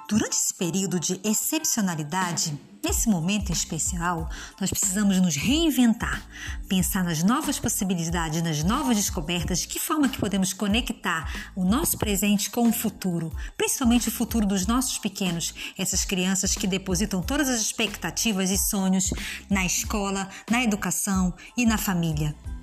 Durante esse período de excepcionalidade, nesse momento em especial, nós precisamos nos reinventar, pensar nas novas possibilidades, nas novas descobertas, de que forma que podemos conectar o nosso presente com o futuro, principalmente o futuro dos nossos pequenos, essas crianças que depositam todas as expectativas e sonhos na escola, na educação e na família.